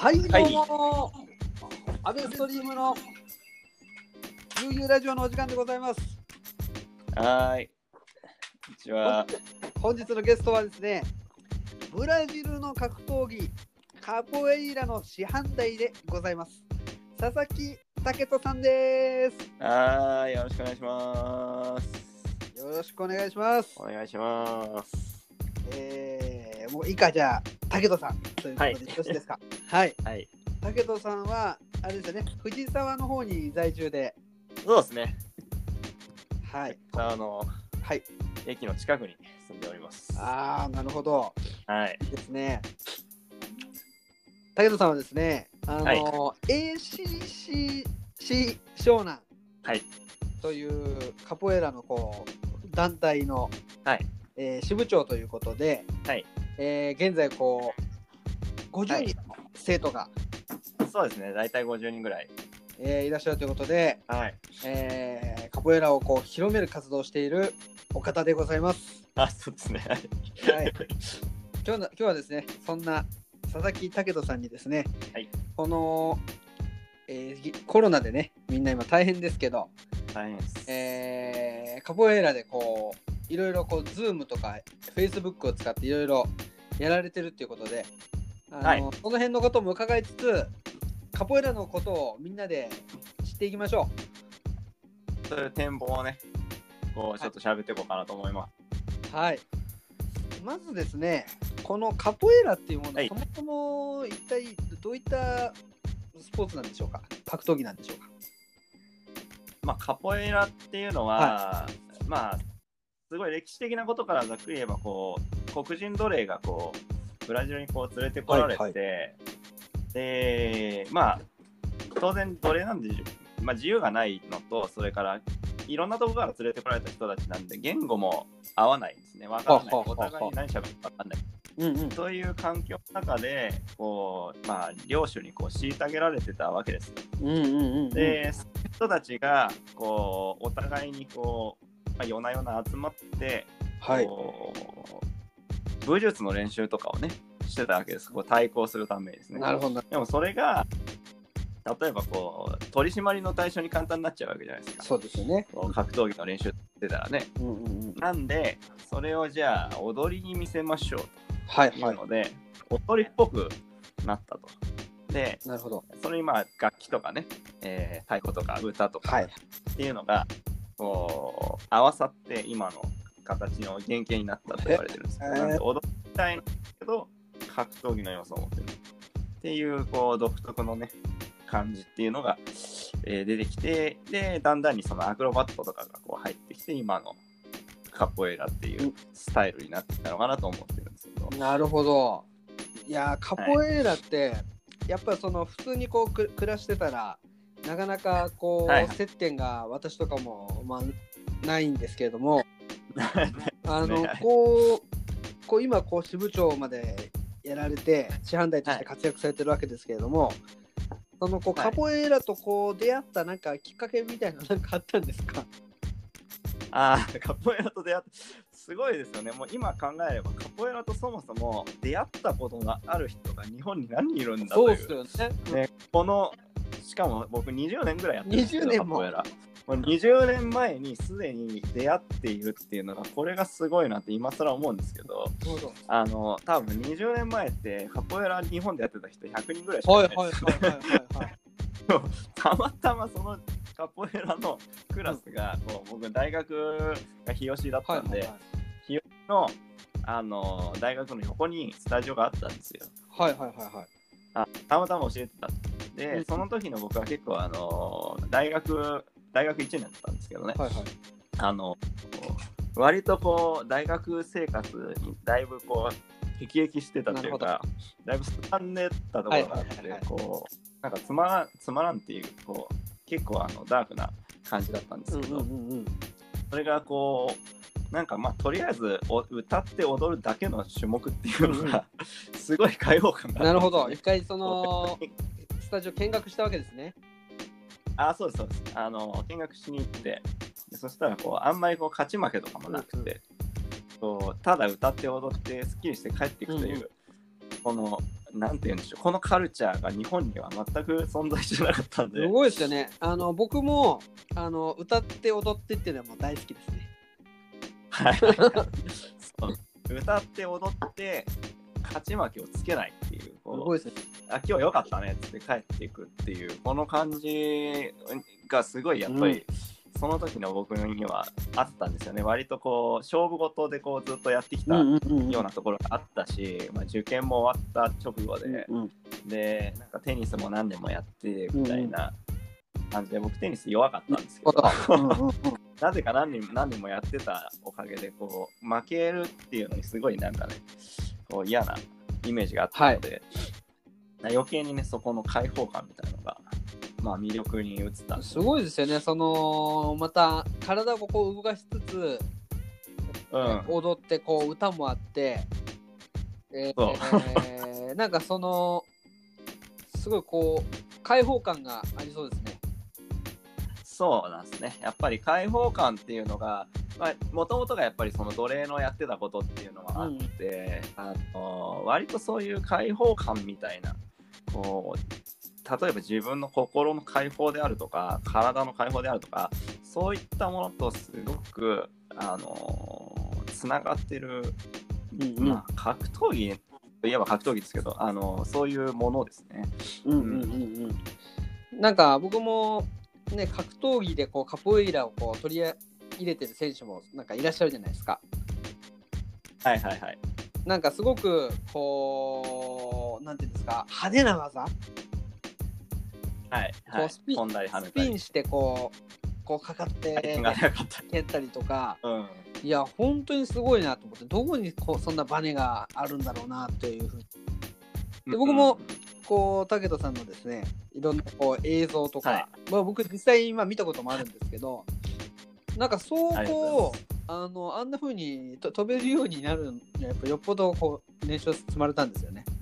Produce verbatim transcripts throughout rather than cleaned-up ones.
はいどうも、アベストリームの悠々ラジオのお時間でございます。 はーい、こんにちは。 本日のゲストはですね、ブラジルの格闘技カポエイラの師範代でございます佐々木武人さんです。 はーい、よろしくお願いします。 よろしくお願いします。 お願いします。 えー、もういいか、じゃあ武人さんということでよろしいですか。はい、 はい、 武人さんはあれですよね、藤沢の方に在住で。 そうですね。 はい、 あの、 はい、 駅の近くに住んでおります。 ああ、なるほど。 はい。 いいですね。武人さんはですね、あの、はい、エーシーシーシー 湘南というカポエラのこう団体の、はい、えー、支部長ということで、はい、えー、現在こうごじゅうにんの生徒が、 はい、そうですね、大体ごじゅうにんぐらい、 えー、いらっしゃるということで、はい、えー、カポエラをこう広める活動をしているお方でございます。 あ、そうですね。 はい。今日の今日はですね、そんな佐々木武人さんにですね、はい、この、えー、コロナでね、みんな今大変ですけど、 大変です。 えー、カポエラでこういろいろこう Zoom とか Facebook を使っていろいろやられてるっていうことで、あの、はい、その辺のことも伺いつつ、カポエラのことをみんなで知っていきましょう。そういう展望をね、こうちょっと喋っていこうかなと思います。 はい。まずですね、このカポエラっていうものは、はい、そもそも一体どういったスポーツなんでしょうか、格闘技なんでしょうか。 まあ、カポエラっていうのは、はい、まあすごい歴史的なことからざっくり言えば、こう黒人奴隷がこうブラジルにこう連れてこられて、はいはい、でまあ当然奴隷なんで、まあ、自由がないのと、それからいろんなところから連れてこられた人たちなんで言語も合わないんですね。わからない。お互いに何しゃべるかわかんない。うんうん、そういう環境の中でこう、まあ、領主にこう虐げられてたわけですよ。うんうんうんうん、で、そういう人たちがこうお互いにこう、まあ、夜な夜な集まって、はい、こう武術の練習とかをねしてたわけです。こう対抗するためにですね。 なるほど。 でもそれが例えばこう取り締まりの対象に簡単になっちゃうわけじゃないですか。 そうですよね。 格闘技の練習してたらね、うんうんうん、なんでそれをじゃあ踊りに見せましょうというので、はいはい、踊りっぽくなったと。で、なるほど。それにまあ楽器とかね、えー、太鼓とか歌とかっていうのがこう合わさって今の形の原型になったと言われてるんですよ。なんで踊りたいんだけど格闘技の要素を持ってるっていうこう独特のね感じっていうのが、えー、出てきて、でだんだんにそのアクロバットとかがこう入ってきて、今のカポエラっていうスタイルになってきたのかなと思ってるんですけど。 なるほど。いやカポエラって、はい、やっぱりその普通にこうく暮らしてたらなかなかこう、はいはい、接点が私とかも、まあ、ないんですけれどもあの、はい、こうこう今こう支部長までやられて師範代として活躍されてるわけですけれども、はい、そのこうカポエラとこう出会ったなんかきっかけみたいななんかあったんですか？ ああ、カポエラと出会った、すごいですよね。もう今考えればカポエラとそもそも出会ったことがある人が日本に何人いるんだという。 そうですよね。 ね、このしかも僕にじゅうねんぐらいやってるんですけど、 にじゅうねんもカポエラ。もうにじゅうねんまえにすでに出会っているっていうのが、これがすごいなって今更思うんですけど、あの多分にじゅうねんまえってカポエラ日本でやってた人ひゃくにんぐらいしかいないですよね。たまたまそのカポエラのクラスが、こう僕大学が日吉だったんで、はいはいはい、日吉の、あの大学の横にスタジオがあったんですよ。 はいはいはいはい。 あ、たまたま教えてた。で、その時の僕は結構あの大学大学いちねんだったんですけどね。はいはい、あの割とこう大学生活にだいぶこう辟易してたというか、だいぶ進んでたところがあって、はいはいはいはい、こうなんかつまらんつまらんっていうこう結構あのダークな感じだったんですけど、うんうんうん、それがこうなんかまあとりあえず歌って踊るだけの種目っていうのが、うん、すごい開放感があったんですよね。 なるほど。一回そのスタジオ見学したわけですね。 あ、そうですそうです。あの見学しに行って、でそしたらこうあんまりこう勝ち負けとかもなくて、うんうん、こうただ歌って踊ってスッキリして帰っていくという、うんうん、このなんて言うんでしょう、このカルチャーが日本には全く存在してなかったんで。 すごいですよね。あの僕もあの歌って踊ってっていうのはもう大好きですね。 はい。そう歌って踊って勝ち負けをつけないっていう、 すごいですね。 あ今日良かったねって帰っていくっていうこの感じがすごいやっぱり、うん、その時の僕にはあったんですよね。割とこう勝負事でこうずっとやってきたようなところがあったし、まあ、受験も終わった直後で、うんうん、でなんかテニスも何年もやってみたいな感じで、僕テニス弱かったんですけど、うんうんうん、なぜか何年何年もやってたおかげでこう負けるっていうのにすごいなんかねこう嫌なイメージがあったので、はい、余計にねそこの開放感みたいなのがまあ魅力に映ったんです、 ね、すごいですよね。そのまた体をこう動かしつつ、うん、踊ってこう歌もあって、えー、なんかそのすごいこう開放感がありそうですね。 そうなんですね。やっぱり開放感っていうのがもともとがやっぱりその奴隷のやってたことっていうのはあって、うん、あの割とそういう開放感みたいなこう例えば自分の心の解放であるとか体の解放であるとかそういったものとすごくあのつながってる、うんうんまあ、格闘技といえば格闘技ですけどあのそういうものですね。うんうんうんうん、なんか僕もね格闘技でこうカポエイラをこう取り入れてる選手もなんかいらっしゃるじゃないですか。 はいはいはい。 なんかすごくこうなんていうんですか派手な技。 はいはい、 こうスピン、スピンしてこうこうかかって蹴ったりとか、うん、いや本当にすごいなと思ってどこにこうそんなバネがあるんだろうなというふうにで僕もこう武田さんのですねいろんなこう映像とか、はいまあ、僕実際今見たこともあるんですけどなんかそうこうあのあんな風にと飛べるようになるにはやっぱよっぽどこう練習を積まれたんですよね。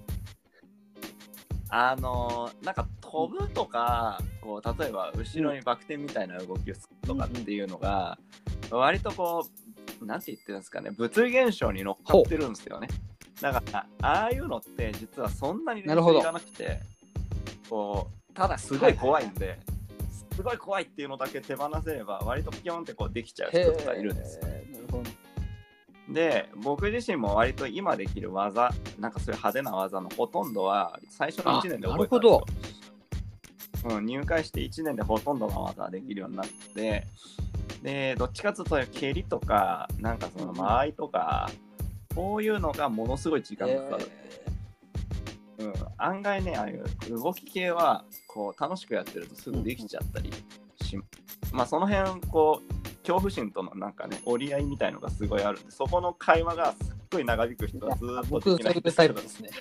あのー、なんか飛ぶとか、うん、こう例えば後ろにバク転みたいな動きをするとかっていうのが、うん、割とこうなんて言ってるんですかね物理現象に乗っかってるんですよね。だからああいうのって実はそんなに練習いらなくてこうただすごい怖いんで、はい、すごい怖いっていうのだけ手放せれば割とピョンってこうできちゃう人とかいるんですよ。なるほど。で僕自身も割と今できる技なんかそういう派手な技のほとんどは最初のいちねんで覚えたんですよ。うん、入会していちねんでほとんどの技ができるようになってでどっちかというと蹴りとかなんかその間合いとか、うん、こういうのがものすごい時間がかかる、うん、案外ねああいう動き系はこう楽しくやってるとすぐできちゃったりし、うん、まあその辺こう恐怖心とのなんかね折り合いみたいのがすごいあるんでそこの会話がすっごい長引く人はずっとできないんですけどですね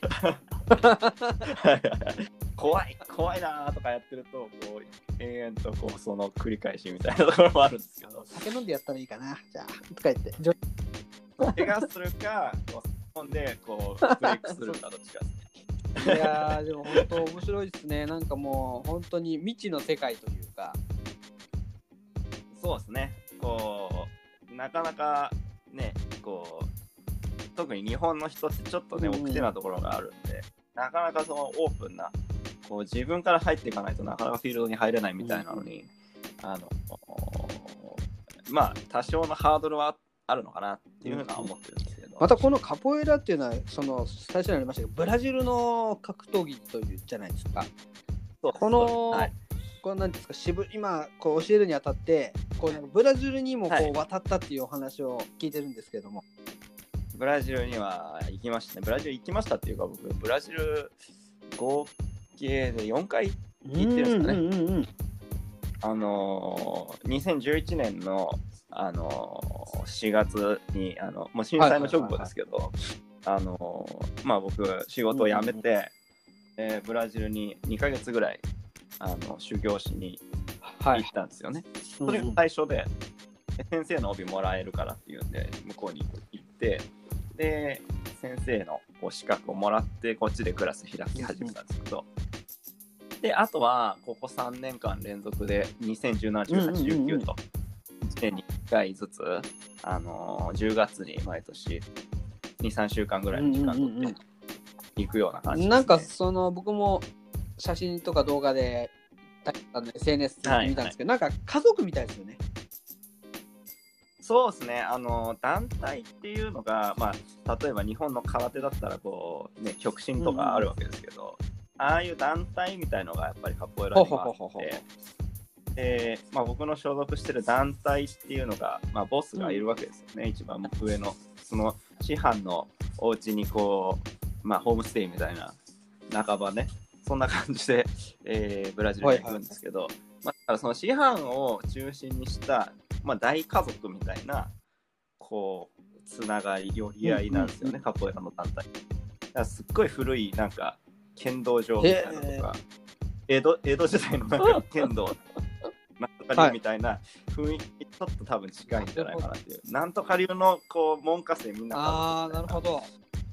怖い怖いなーとかやってるとこう延々とこうその繰り返しみたいなところもあるんですけど酒飲んでやったらいいかなじゃあとか言って怪我するかこう飲んでこうブレイクするかどっちかですねいやーでも本当面白いですね。なんかもう本当に未知の世界というかそうですねこうなかなかねこう特に日本の人ってちょっとね奥手なところがあるんで、うん、なかなかそのオープンなこう自分から入っていかないとなかなかフィールドに入れないみたいなのに、うん、あのまあ多少のハードルはあるのかなっていうふうな思ってるんですけど、 またこのカポエラっていうのはその最初にありましたけどブラジルの格闘技というじゃないですか。そうこの、はい、これなんですか渋今こう教えるにあたってこうブラジルにもこう渡ったっていうお話を聞いてるんですけども、はい、 ブラジルには行きましたね。ブラジル行きましたっていうか僕ブラジル合計でよんかい行ってるんですかね。うんうんうんうん、あのー、にせんじゅういちねんの、あのー、しがつにあのもう震災の直後ですけど、はいはいはいはい、あのー、まあ僕仕事を辞めて、うんうんえー、ブラジルににかげつぐらいあの修行しに行ったんですよね。はい、それが最初で、うんうん、先生の帯もらえるからっていうんで向こうに行ってで先生のこう資格をもらってこっちでクラス開き始めたんですけど、うんうん、であとはここさんねんかん連続でにせんじゅうなな、じゅうはち、じゅうきゅうといちねんにいっかいずつ、あのー、じゅうがつに毎年 にさんしゅうかんぐらいの時間取って行くような感じですね。 なんかその僕も写真とか動画であの エスエヌエス で見たんですけど、はいはい、なんか家族みたいですよね。 そうですね、あの団体っていうのが、まあ、例えば日本の空手だったらこう、ね、極真とかあるわけですけど、うんうん、ああいう団体みたいのがやっぱりカポエラにはあってで、まあ、僕の所属してる団体っていうのが、まあ、ボスがいるわけですよね、うん、一番上のその師範のお家にこう、まあ、ホームステイみたいな半ばねそんな感じで、えー、ブラジルに行くんですけど、はいはい、まあ、だからその師範を中心にした、まあ、大家族みたいなこうつながり寄り合いなんですよね、うんうんうん、カポエラの団体。だからすっごい古いなんか剣道場みたいなのとか江戸、江戸時代のなんか剣道なんとか流みたいな雰囲気、はい、ちょっと多分近いんじゃないかなっていう。なんとか流のこう門下生みんなああなるほど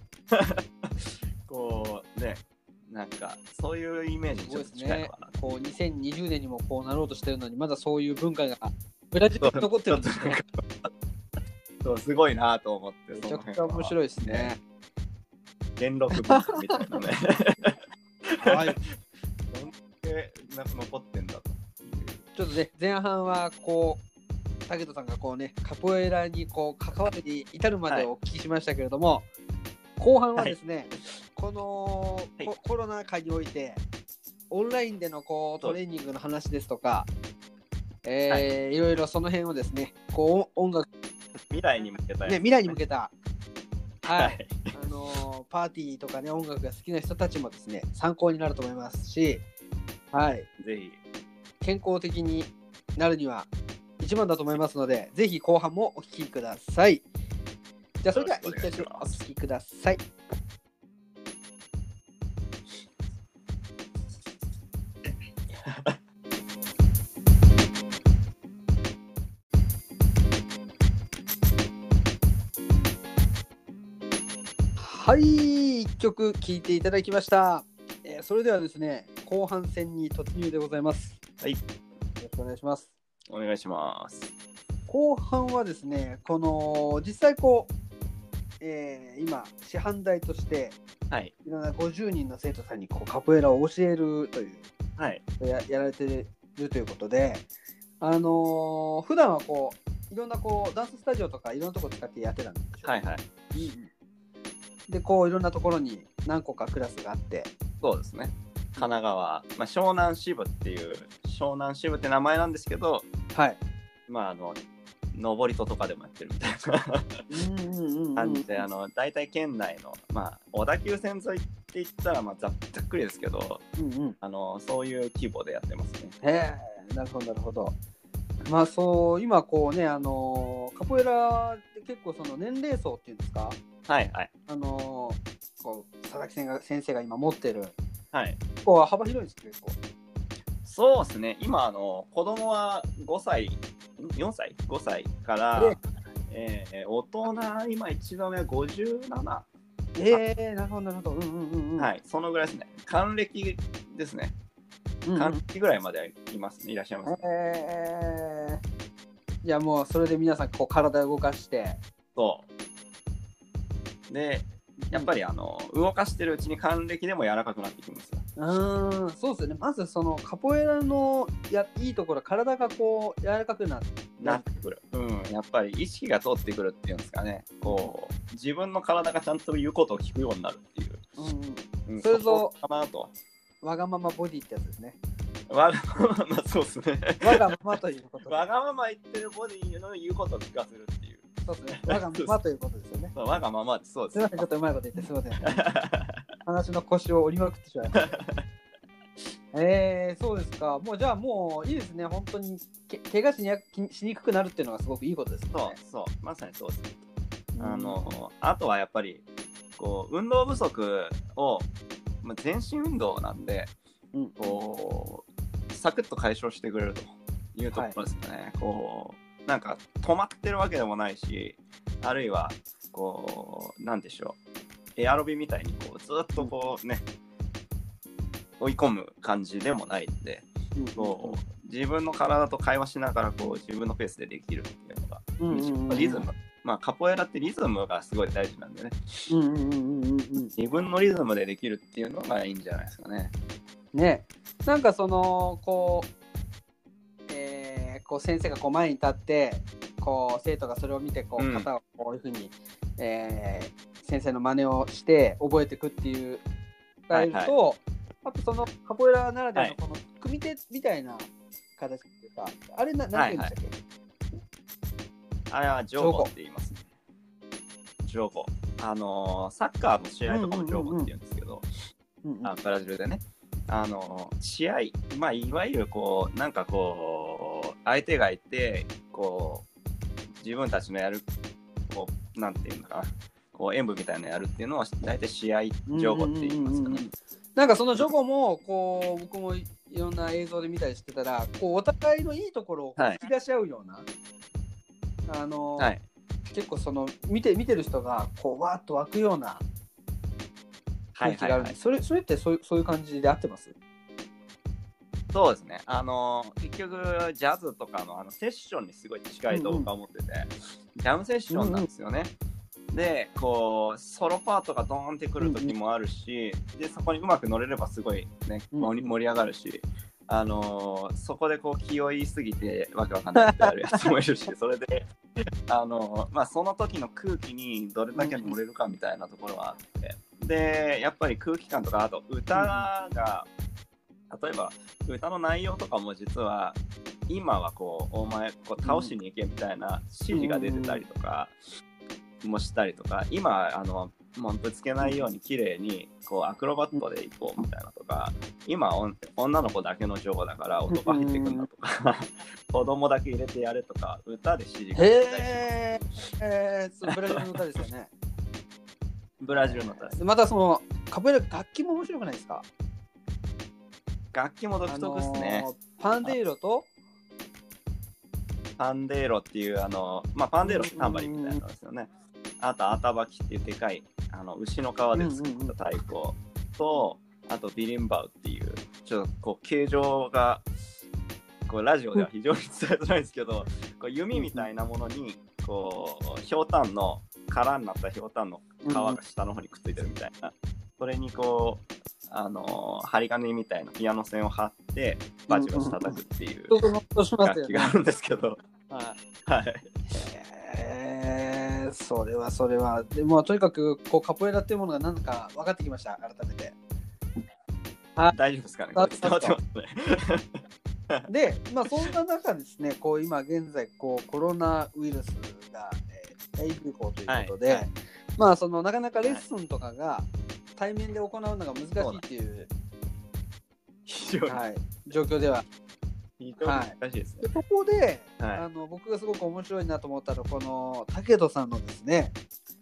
こうねなんかそういうイメージにちょっと近いのかな、ね、 こうにせんにじゅうねんにもこうなろうとしてるのにまだそういう文化がブラジルに残ってるんですね。 そうすごいなと思ってめちゃくちゃ面白いですね。 元禄文化みたいなねはい。 どんだけ残ってんだと。 ちょっとね前半はこう武人さんがこうねカポエラにこう関わるに至るまでお聞きしましたけれども、はい、後半はですね、はい、この、はい、コロナ禍においてオンラインでのこうトレーニングの話ですとか、えーはい、いろいろその辺をですねこう音楽未来に向けた、 ね、未来に向けた、はいはい、あのパーティーとかね音楽が好きな人たちもですね参考になると思いますし、はい、 ぜひ健康的になるには一番だと思いますのでぜひ後半もお聞きください。じゃあそれでは一曲お聞きください。はい、いっきょく聴いていただきました、えー、それではですね後半戦に突入でございます。 はい、よろしくお願いします。 お願いします。 後半はですねこの実際こう、えー、今師範代として、 はい、 いろんなごじゅうにんの生徒さんにこうカポエラを教えるという、 はい、 や, やられているということで、あのー、普段はこういろんなこうダンススタジオとかいろんなところ使ってやってたんですよ。 はいはい。 でこういろんなところに何個かクラスがあって、 そうですね。神奈川、まあ、湘南支部っていう湘南支部って名前なんですけど、 はい。 まああの登戸とかでもやってるみたいな感じで、あの大体県内のまあ小田急線沿いって言ったらまあざっくりですけど、うんうん、あのそういう規模でやってますね。 へえ、なるほどなるほど。まあそう今こうねあのカポエラって結構その年齢層っていうんですか。 はいはい。 あのこう佐々木先生が今持ってる。 はい。 こう幅広いです結構。 そうですね。今あの子供はごさい、よんさい、ごさいから、えー、大人今一番上はごじゅうなな。 ええー、なるほどなるほど。うんうんうんうん。 はい、そのぐらいですね。還暦ですね。還暦ぐらいまでいますね。いらっしゃいます、ね。 えー、いやもうそれで皆さんこう体を動かして。 そう。で。やっぱりあの動かしてるうちに還暦でも柔らかくなってきますよ。 うん、そうですよね。まずそのカポエラのやいいところ、体がこう柔らかくなってなってくる。うん、やっぱり意識が通ってくるっていうんですかね。こう自分の体がちゃんと言うことを聞くようになるっていう。 うん、うん、それぞかなと。 わがままボディってやつですね。 わがまま、まあ、そうですね。 わがままということ。 わがまま言ってるボディの言うことを聞かせるっていう。 そうですね。わがままということですよね。 そうわがままです。そうです。 すみません、ちょっとうまいこと言ってすみません。話の腰を折りまくってしまいました。えー、そうですか。もうじゃあもういいですね。本当にけ怪我しにしにくくなるっていうのがすごくいいことですね。 そうそう、まさにそうですね。あのあとはやっぱりこう運動不足を、まあ、全身運動なんで、うん、こうサクッと解消してくれるというところですかね。はい、こうなんか止まってるわけでもないし、あるいはこうなんでしょう、エアロビみたいにこうずっとこうね、うん、追い込む感じでもないんで、うん、こう自分の体と会話しながらこう自分のペースでできるっていうのが、うんうんうん、リズム、 まあカポエラってリズムがすごい大事なんでね、 うんうんうんうんうん。 自分のリズムでできるっていうのがいいんじゃないですかね。 ね、なんかそのこう、えー、こう先生がこう前に立ってこう生徒がそれを見てこう型をこういうふうに、うん、えー、先生の真似をして覚えていくっていうスタイルと、はいはい、あとそのカポエラならではのこの組み手みたいな形っていうか、はい、あれな何て言うんでしたっけ？ はいはい、あれはジョゴって言いますね。ジョゴ。あのー、サッカーの試合とかもジョゴって言うんですけど、うんうんうん、あブラジルでね、あのー、試合、まあいわゆるこうなんかこう相手がいてこう自分たちのやるこうなんていうのかな、こう演舞みたいなのやるっていうのは大体試合ジョゴって言いますかね。うんうんうんうん、 なんかそのジョゴもこう僕もいろんな映像で見たりしてたら、こうお互いのいいところを引き出し合うような、はい、あのーはい、結構その見て見てる人がこうわーっと湧くような雰囲気があるんで、はいはいはい、それそれってそういうそういう感じで合ってます？ そうですね。あのー、結局ジャズとかのあのセッションにすごい近いと僕は思ってて、うんうん、ジャムセッションなんですよね。うんうん、でこうソロパートがドーンってくる時もあるし、うんうん、でそこにうまく乗れればすごいね盛り、盛り上がるし、あのー、そこでこう気を言いすぎてわけわかんないってやるやつもいるしそれで、あのーまあ、その時の空気にどれだけ乗れるかみたいなところはあって、でやっぱり空気感とかあと歌が、例えば歌の内容とかも実は今はこうお前こう倒しに行けみたいな指示が出てたりとかもしたりとか、今あのもうぶつけないように綺麗にこうアクロバットで行こうみたいなとか、今女の子だけの情報だから男入ってくんだとか子供だけ入れてやれとか歌で指示が出てたりします。 へえ、ブラジルの歌ですよね。 ブラジルの歌です。 またそのカポエラ楽器も面白くないですか？ 楽器も独特ですね。 あのー、パンデイロとパンデーロっていうあの、まあ、パンデーロってタンバリンみたいなんですよね。あとアタバキっていうでかいあの牛の皮で作った太鼓と、あとビリンバウっていうちょっとこう形状がこうラジオでは非常に伝えづらいんですけど、こう弓みたいなものにこうひょうたんの空になったひょうたんの皮が下の方にくっついてるみたいな、それにこうあの針金みたいなピアノ線を張ってバチバチ叩くっていう楽器があるんですけど、はいはい、 えー、それはそれはでもとにかくこうカポエラっていうものが何か分かってきました。改めて大丈夫ですかね、これ伝わってますね。で、まあそんな中ですね、こう今現在こうコロナウイルスが、えー、大流行ということで、はい、まあそのなかなかレッスンとかが対面で行うのが難しいっていう非常に、 はい、状況では非常に難しいですね。 でここで、はい、あの僕がすごく面白いなと思ったのはこの武人さんのですね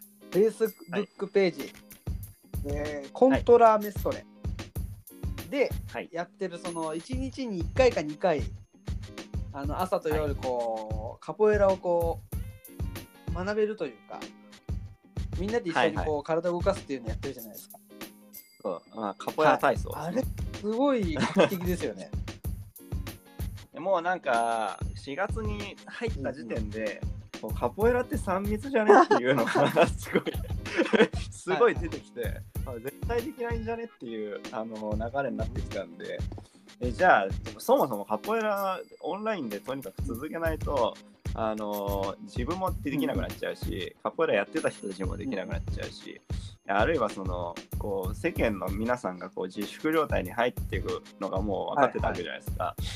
Facebook ページ、はい、えー、コントラメストレでやってるそのいちにちにいっかいかにかいあの朝と夜こう、はい、カポエラをこう学べるというかみんなで一緒にこう、はいはい、体を動かすっていうのをやってるじゃないですか。 そう、まあ、カポエラ体操ですね、 はい、あれすごい画期的ですよね。 もうなんかしがつに入った時点で、うんうん、カポエラってさん密じゃねっていうのがすごいすごい出てきて、はいはい、絶対できないんじゃねっていうあの流れになってきたんで、えじゃあそもそもカポエラオンラインでとにかく続けないとあの自分もできなくなっちゃうし、うん、カポエラやってた人たちもできなくなっちゃうし、うん、あるいはそのこう世間の皆さんがこう自粛状態に入っていくのがもう分かってたわけじゃないですか、はいはい、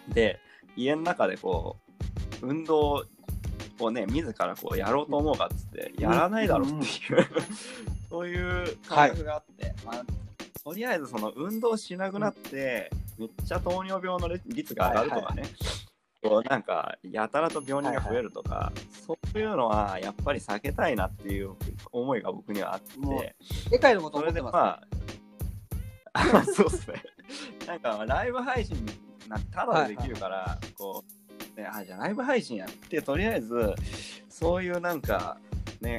で家の中でこう運動をね自らこうやろうと思うかっつってやらないだろうっていう、うんうん、そういう感覚があって、はい、まあ、とりあえずその運動しなくなって、うん、めっちゃ糖尿病の率が上がるとかね、はいはい、こうなんかやたらと病人が増えるとか、はいはい、そういうのはやっぱり避けたいなっていう思いが僕にはあって、 世界のこと思ってます、ね、 それでまあそうですねなんかライブ配信なんてただでできるから、はいはい、こうね、あじゃあライブ配信やってとりあえずそういうなんかね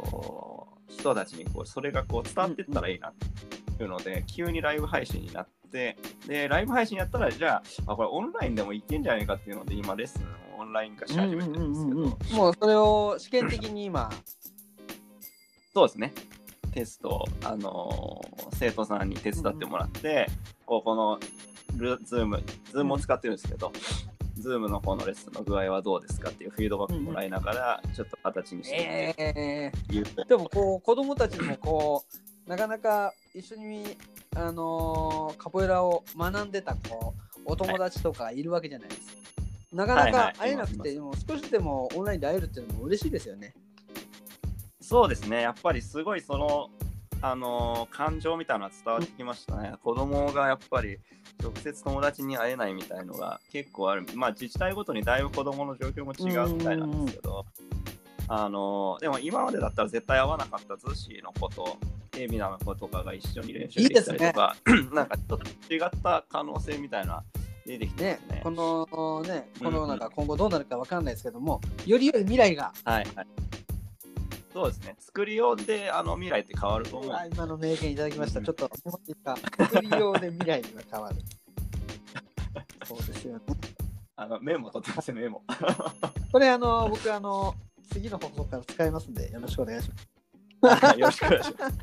こう人たちにこうそれがこう伝わっていったらいいなっていうので、うんうん、急にライブ配信になっ 、でライブ配信やったらじゃあ、あこれオンラインでもいけんじゃないかっていうので今レッスンをオンライン化し始めてるんですけど、うんうんうんうん、 もうそれを試験的に今そうですね、テスト、あのー、生徒さんに手伝ってもらって、うん、こうこのズームズームを使ってるんですけど、うん、ズームのこのレッスンの具合はどうですかっていうフィードバックもらいながらちょっと形にしていって、 えー、でもこう子供たちもこうなかなか一緒に、あのー、カポエラを学んでたこうお友達とかいるわけじゃないですか、はい、なかなか会えなくて、はいはい、でも少しでもオンラインで会えるっていうのも嬉しいですよね。 そうですね、やっぱりすごいその、あのー、感情みたいなのは伝わってきましたね、うん、子供がやっぱり直接友達に会えないみたいのが結構ある。まあ自治体ごとにだいぶ子供の状況も違うみたいなんですけど、あのー、でも今までだったら絶対会わなかったズシの子とエミナの子とかが一緒に練習できたりとか、いいですね、なんかちょっと違った可能性みたいな出てきてますね。 ね、このね、このなんか今後どうなるかわかんないですけども、うんうん、より良い未来が、 はいはい、そうですね、作りようであの未来って変わると思う。 今の名言いただきました。うん、ちょっと作りようで未来が変わる。そうですよね。 あのメモ取ってます、メモ。 これあの僕あの次の放送から使いますんでよろしくお願いします。 よろしくお願いします。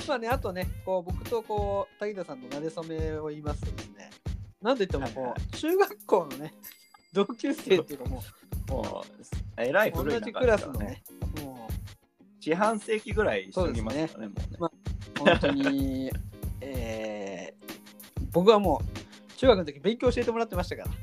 まあね、あとね、こう僕とこう滝田さんの馴れ初めを言いますとですね、なんといってもこう、はいはい、中学校のね同級生っていうかもう、もうえらい古い同じクラスのね、 もう四半世紀ぐらい一緒にいましたね、もうね。まあ、 本当に、えー、僕はもう中学の時勉強教えてもらってましたから。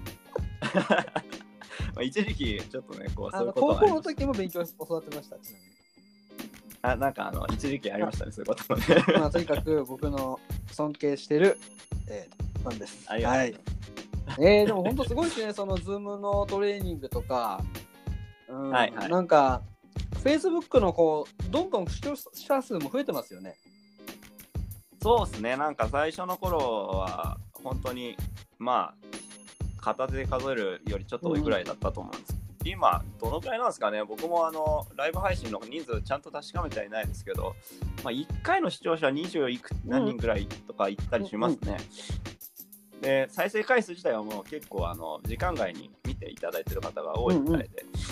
まあ一時期ちょっとねこうそういうことは高校の時も勉強教わってました。ちなみに。 あ、なんかあの一時期ありましたね、そういうこともね。 まあとにかく僕の尊敬してる、えー、ファンです。 ありがとうございます。 はい、えー、でも本当すごいですね、そのズームのトレーニングとか、うん、はいはい、なんか Facebook のこうどんどん視聴者数も増えてますよね。 そうですね、なんか最初の頃は本当にまあ片手で数えるよりちょっと多いぐらいだったと思うんです、うん、今どのくらいなんですかね。僕もあのライブ配信の人数ちゃんと確かめてはいないですけど、まあ、いっかいの視聴者にじゅういく何人ぐらいとかいったりしますね、うんうんうん、で再生回数自体はもう結構あの時間外に見ていただいてる方が多いみたいで、うんうん、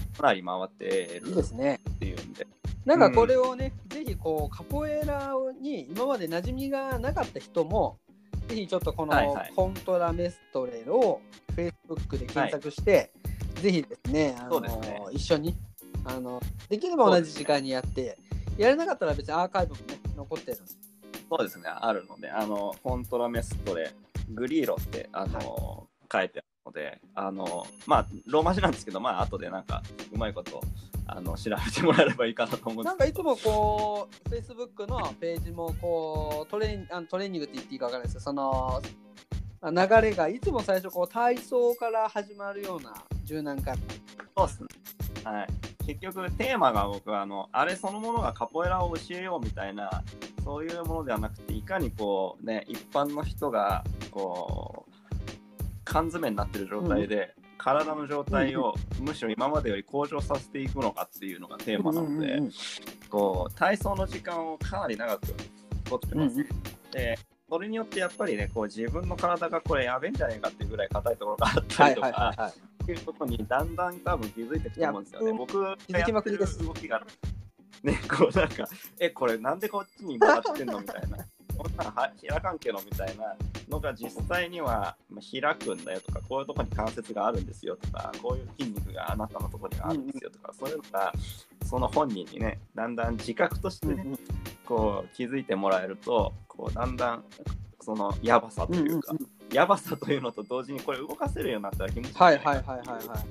かなり回ってるっていうんで、 なんかこれをね、うん、ぜひこうカポエラに今まで馴染みがなかった人もぜひちょっとこのコントラメストレを Facebook で検索して、はい、ぜひですね、あのーね、一緒にあのできれば同じ時間にやって、やれなかったら別にアーカイブもね残ってる。 そうですね、あるので、あのコントラメストレグリーロってあの、はい、書いてあるので、あのまあローマ字なんですけど、まあ後でなんかうまいことあの調べてもらえればいいかなと思うんですけど、 なんかいつもこう Facebook のページもこうトレー、あのトレーニングって言っていいか分からないですけど、その流れがいつも最初こう体操から始まるような柔軟感。 そうですね、はい、結局テーマが僕はあのあれそのものがカポエラを教えようみたいなそういうものではなくて、いかにこうね一般の人がこう缶詰になってる状態で、うん、体の状態をむしろ今までより向上させていくのかっていうのがテーマなので、うんうんうん、こう体操の時間をかなり長く取ってます、うんうん、でそれによってやっぱりねこう自分の体がこれやべえんじゃないかっていうぐらい硬いところがあったりとか、はいはいはいはい、っていうことにだんだん多分気づいていくと思うんですよね。僕がやってる動きがねこうなんかえこれなんでこっちに曲がってんのみたいなこんなんは開かんけどみたいなのが実際には開くんだよとか、こういうところに関節があるんですよとか、こういう筋肉があなたのところにあるんですよとか、うん、そういうのがその本人にねだんだん自覚としてね、うん、こう気づいてもらえるとこうだんだんそのやばさというか、うんうん、やばさというのと同時にこれ動かせるようになったら気持ちいいじゃないかっていう、はいはいはいはい、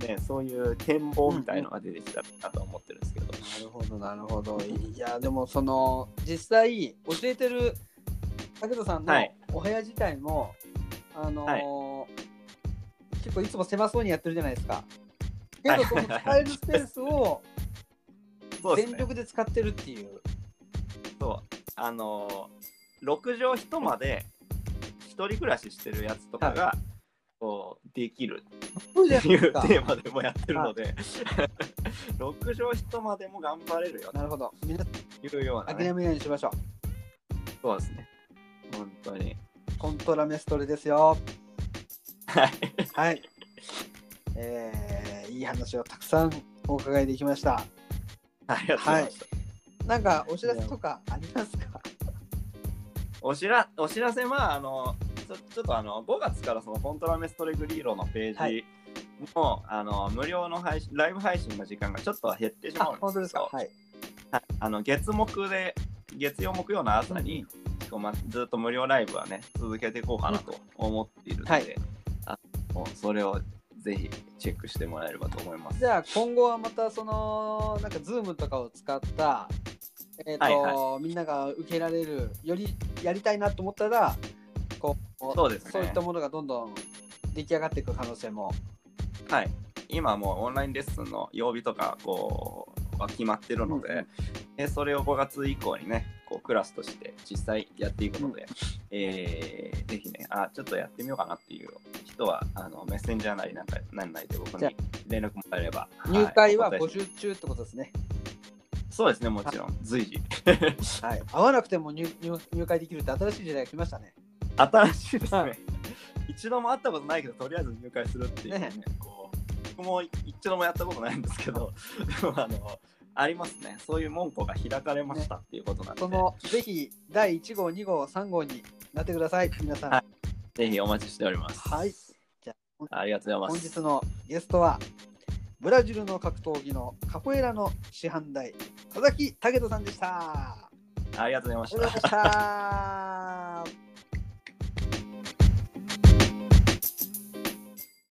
ね、そういう展望みたいのが出てきたらなと思ってるんですけど、 うんうん、なるほどなるほど。いやでもその実際教えてる武田さんのお部屋自体も、はい、あのーはい、結構いつも狭そうにやってるじゃないですか。けどその使えるスペースを全力で使ってるっていう。 そうあのー、ろく畳一間で一人暮らししてるやつとかが、はい、こうできるっていうテーマでもやってるので、はい、ろく畳一間でも頑張れるよなるほど、みんないうような、ね、 諦めないようにしましょう。 そうですね。 本当に。 コントラメストレですよ。 はい。 はい。えー、いい話をたくさんお伺いできました。 ありがとうございました。 はい、なんかお知らせとかありますか？ お知らお知らせはあのちょちょっとあのごがつからそのコントラメストレグリーロのページの、はい、あの無料の配信ライブ配信の時間がちょっと減ってしまうんですけど。 本当ですか？はい。 あの月木で月曜木曜の朝に、うん、まずっと無料ライブはね続けていこうかなと思っているので、はい、あもうそれをぜひチェックしてもらえればと思います。 じゃあ今後はまたそのなんかズームとかを使ったえーとはいはい、みんなが受けられるよりやりたいなと思ったらこうそうですね、 そういったものがどんどん出来上がっていく可能性も。 はい、今もうオンラインレッスンの曜日とかこうは決まってるので、うん、でそれをごがつ以降にねこうクラスとして実際やっていくので、うんえー、ぜひねあちょっとやってみようかなっていう人はあのメッセンジャーなりなんかなんないで僕に連絡もらえれば入会は募集中ってことですね。 そうですね、もちろん随時、 はい、会わなくても 入, 入, 入会できるって新しい時代が来ましたね。 新しいですね、はい、一度も会ったことないけどとりあえず入会するっていう ね, ねこう僕も一度もやったことないんですけどでもあのありますね、そういう門戸が開かれましたっていうことなんで、 ね、そのぜひだいいち号に号さん号になってください皆さん、はい、 ぜひお待ちしております。 はい、じゃあ、ありがとうございます。 本日のゲストはブラジルの格闘技のカポエラの師範代佐々木武人さんでした。 ありがとうございました。 ありがとうございました。